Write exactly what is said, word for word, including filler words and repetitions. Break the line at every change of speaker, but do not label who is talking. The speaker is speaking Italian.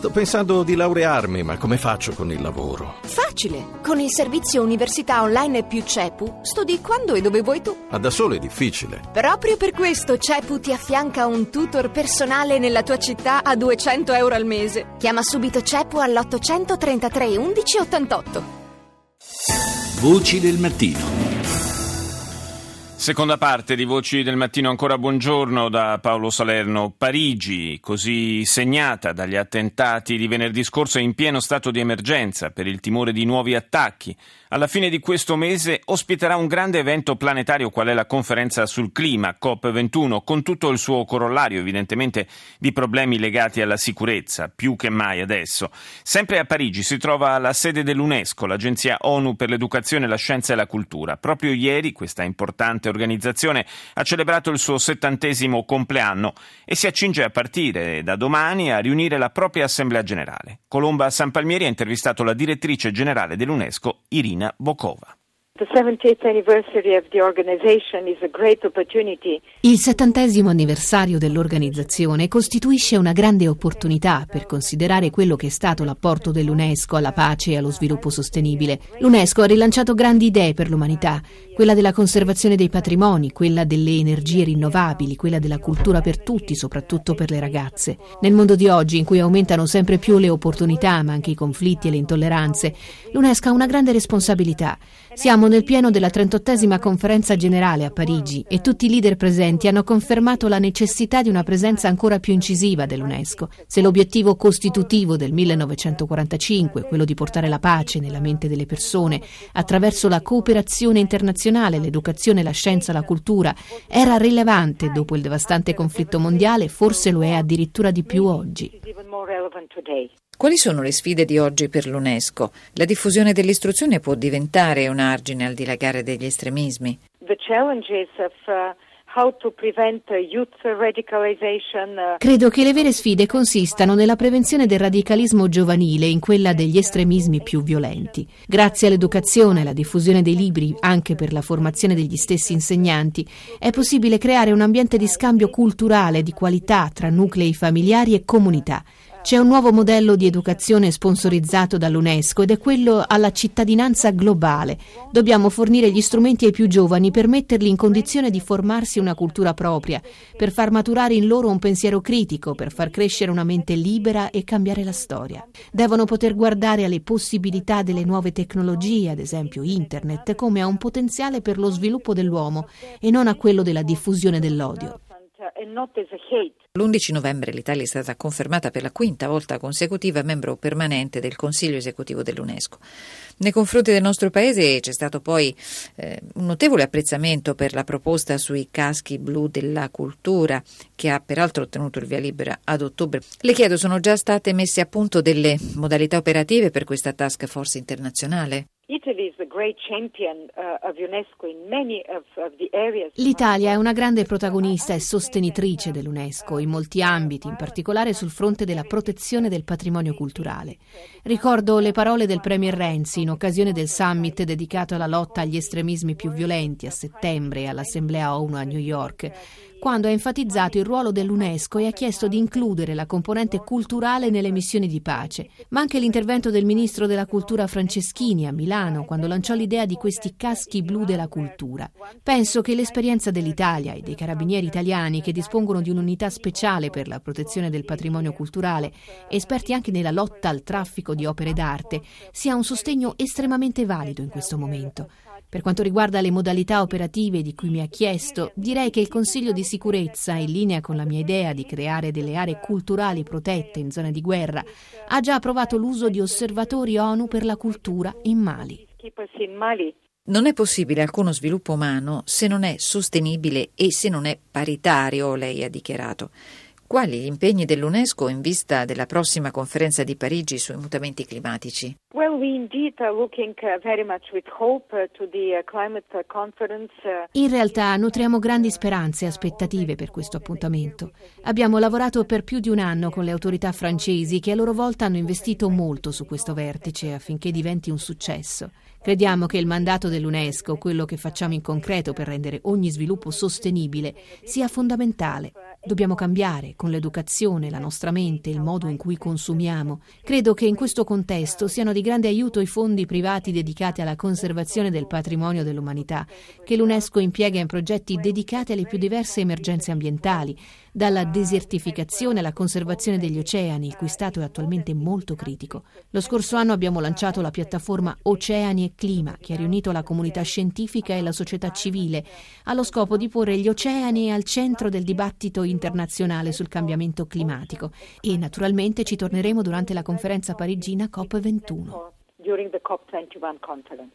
Sto pensando di laurearmi, ma come faccio con il lavoro?
Facile! Con il servizio Università Online più CEPU studi quando e dove vuoi tu.
Ma da solo è difficile.
Proprio per questo CEPU ti affianca un tutor personale nella tua città a duecento euro al mese. Chiama subito CEPU all'ottocentotrentatré undici ottantotto.
Voci del mattino.
Seconda parte di Voci del Mattino, ancora buongiorno da Paolo Salerno. Parigi, così segnata dagli attentati di venerdì scorso, è in pieno stato di emergenza per il timore di nuovi attacchi. Alla fine di questo mese ospiterà un grande evento planetario qual è la conferenza sul clima, COP ventuno, con tutto il suo corollario evidentemente di problemi legati alla sicurezza, più che mai adesso. Sempre a Parigi si trova la sede dell'UNESCO, l'Agenzia ONU per l'Educazione, la Scienza e la Cultura. Proprio ieri questa importante organizzazione ha celebrato il suo settantesimo compleanno e si accinge a partire da domani a riunire la propria Assemblea Generale. Colomba Sanpalmieri ha intervistato la direttrice generale dell'UNESCO, Irina Bokova.
Il settantesimo anniversario dell'organizzazione costituisce una grande opportunità per considerare quello che è stato l'apporto dell'UNESCO alla pace e allo sviluppo sostenibile. L'UNESCO ha rilanciato grandi idee per l'umanità, quella della conservazione dei patrimoni, quella delle energie rinnovabili, quella della cultura per tutti, soprattutto per le ragazze. Nel mondo di oggi, in cui aumentano sempre più le opportunità, ma anche i conflitti e le intolleranze, l'UNESCO ha una grande responsabilità. Siamo nel pieno della trentottesima conferenza generale a Parigi e tutti i leader presenti hanno confermato la necessità di una presenza ancora più incisiva dell'UNESCO. Se l'obiettivo costitutivo del millenovecentoquarantacinque, quello di portare la pace nella mente delle persone attraverso la cooperazione internazionale, l'educazione, la scienza, la cultura, era rilevante dopo il devastante conflitto mondiale, forse lo è addirittura di più oggi.
Quali sono le sfide di oggi per l'UNESCO? La diffusione dell'istruzione può diventare un argine al dilagare degli estremismi.
Credo che le vere sfide consistano nella prevenzione del radicalismo giovanile, in quella degli estremismi più violenti. Grazie all'educazione e alla diffusione dei libri, anche per la formazione degli stessi insegnanti, è possibile creare un ambiente di scambio culturale di qualità tra nuclei familiari e comunità. C'è un nuovo modello di educazione sponsorizzato dall'UNESCO ed è quello alla cittadinanza globale. Dobbiamo fornire gli strumenti ai più giovani per metterli in condizione di formarsi una cultura propria, per far maturare in loro un pensiero critico, per far crescere una mente libera e cambiare la storia. Devono poter guardare alle possibilità delle nuove tecnologie, ad esempio internet, come a un potenziale per lo sviluppo dell'uomo e non a quello della diffusione dell'odio.
L'undici novembre l'Italia è stata confermata per la quinta volta consecutiva membro permanente del Consiglio esecutivo dell'UNESCO. Nei confronti del nostro paese c'è stato poi eh, un notevole apprezzamento per la proposta sui caschi blu della cultura, che ha peraltro ottenuto il via libera ad ottobre. Le chiedo, sono già state messe a punto delle modalità operative per questa task force internazionale?
L'Italia è una grande protagonista e sostenitrice dell'UNESCO in molti ambiti, in particolare sul fronte della protezione del patrimonio culturale. Ricordo le parole del Premier Renzi in occasione del summit dedicato alla lotta agli estremismi più violenti a settembre all'Assemblea ONU a New York, quando ha enfatizzato il ruolo dell'UNESCO e ha chiesto di includere la componente culturale nelle missioni di pace, ma anche l'intervento del ministro della cultura Franceschini a Milano, quando lanciò l'idea di questi caschi blu della cultura. Penso che l'esperienza dell'Italia e dei carabinieri italiani, che dispongono di un'unità speciale per la protezione del patrimonio culturale, esperti anche nella lotta al traffico di opere d'arte, sia un sostegno estremamente valido in questo momento. Per quanto riguarda le modalità operative di cui mi ha chiesto, direi che il Consiglio di sicurezza, in linea con la mia idea di creare delle aree culturali protette in zone di guerra, ha già approvato l'uso di osservatori ONU per la cultura in Mali.
Non è possibile alcuno sviluppo umano se non è sostenibile e se non è paritario, lei ha dichiarato. Quali gli impegni dell'UNESCO in vista della prossima conferenza di Parigi sui mutamenti climatici?
In realtà nutriamo grandi speranze e aspettative per questo appuntamento. Abbiamo lavorato per più di un anno con le autorità francesi, che a loro volta hanno investito molto su questo vertice affinché diventi un successo. Crediamo che il mandato dell'UNESCO, quello che facciamo in concreto per rendere ogni sviluppo sostenibile, sia fondamentale. Dobbiamo cambiare con l'educazione, la nostra mente, il modo in cui consumiamo. Credo che in questo contesto siano di grande aiuto i fondi privati dedicati alla conservazione del patrimonio dell'umanità, che l'UNESCO impiega in progetti dedicati alle più diverse emergenze ambientali, dalla desertificazione alla conservazione degli oceani, il cui stato è attualmente molto critico. Lo scorso anno abbiamo lanciato la piattaforma Oceani e Clima, che ha riunito la comunità scientifica e la società civile, allo scopo di porre gli oceani al centro del dibattito internazionale sul cambiamento climatico. E naturalmente ci torneremo durante la conferenza parigina COP ventuno.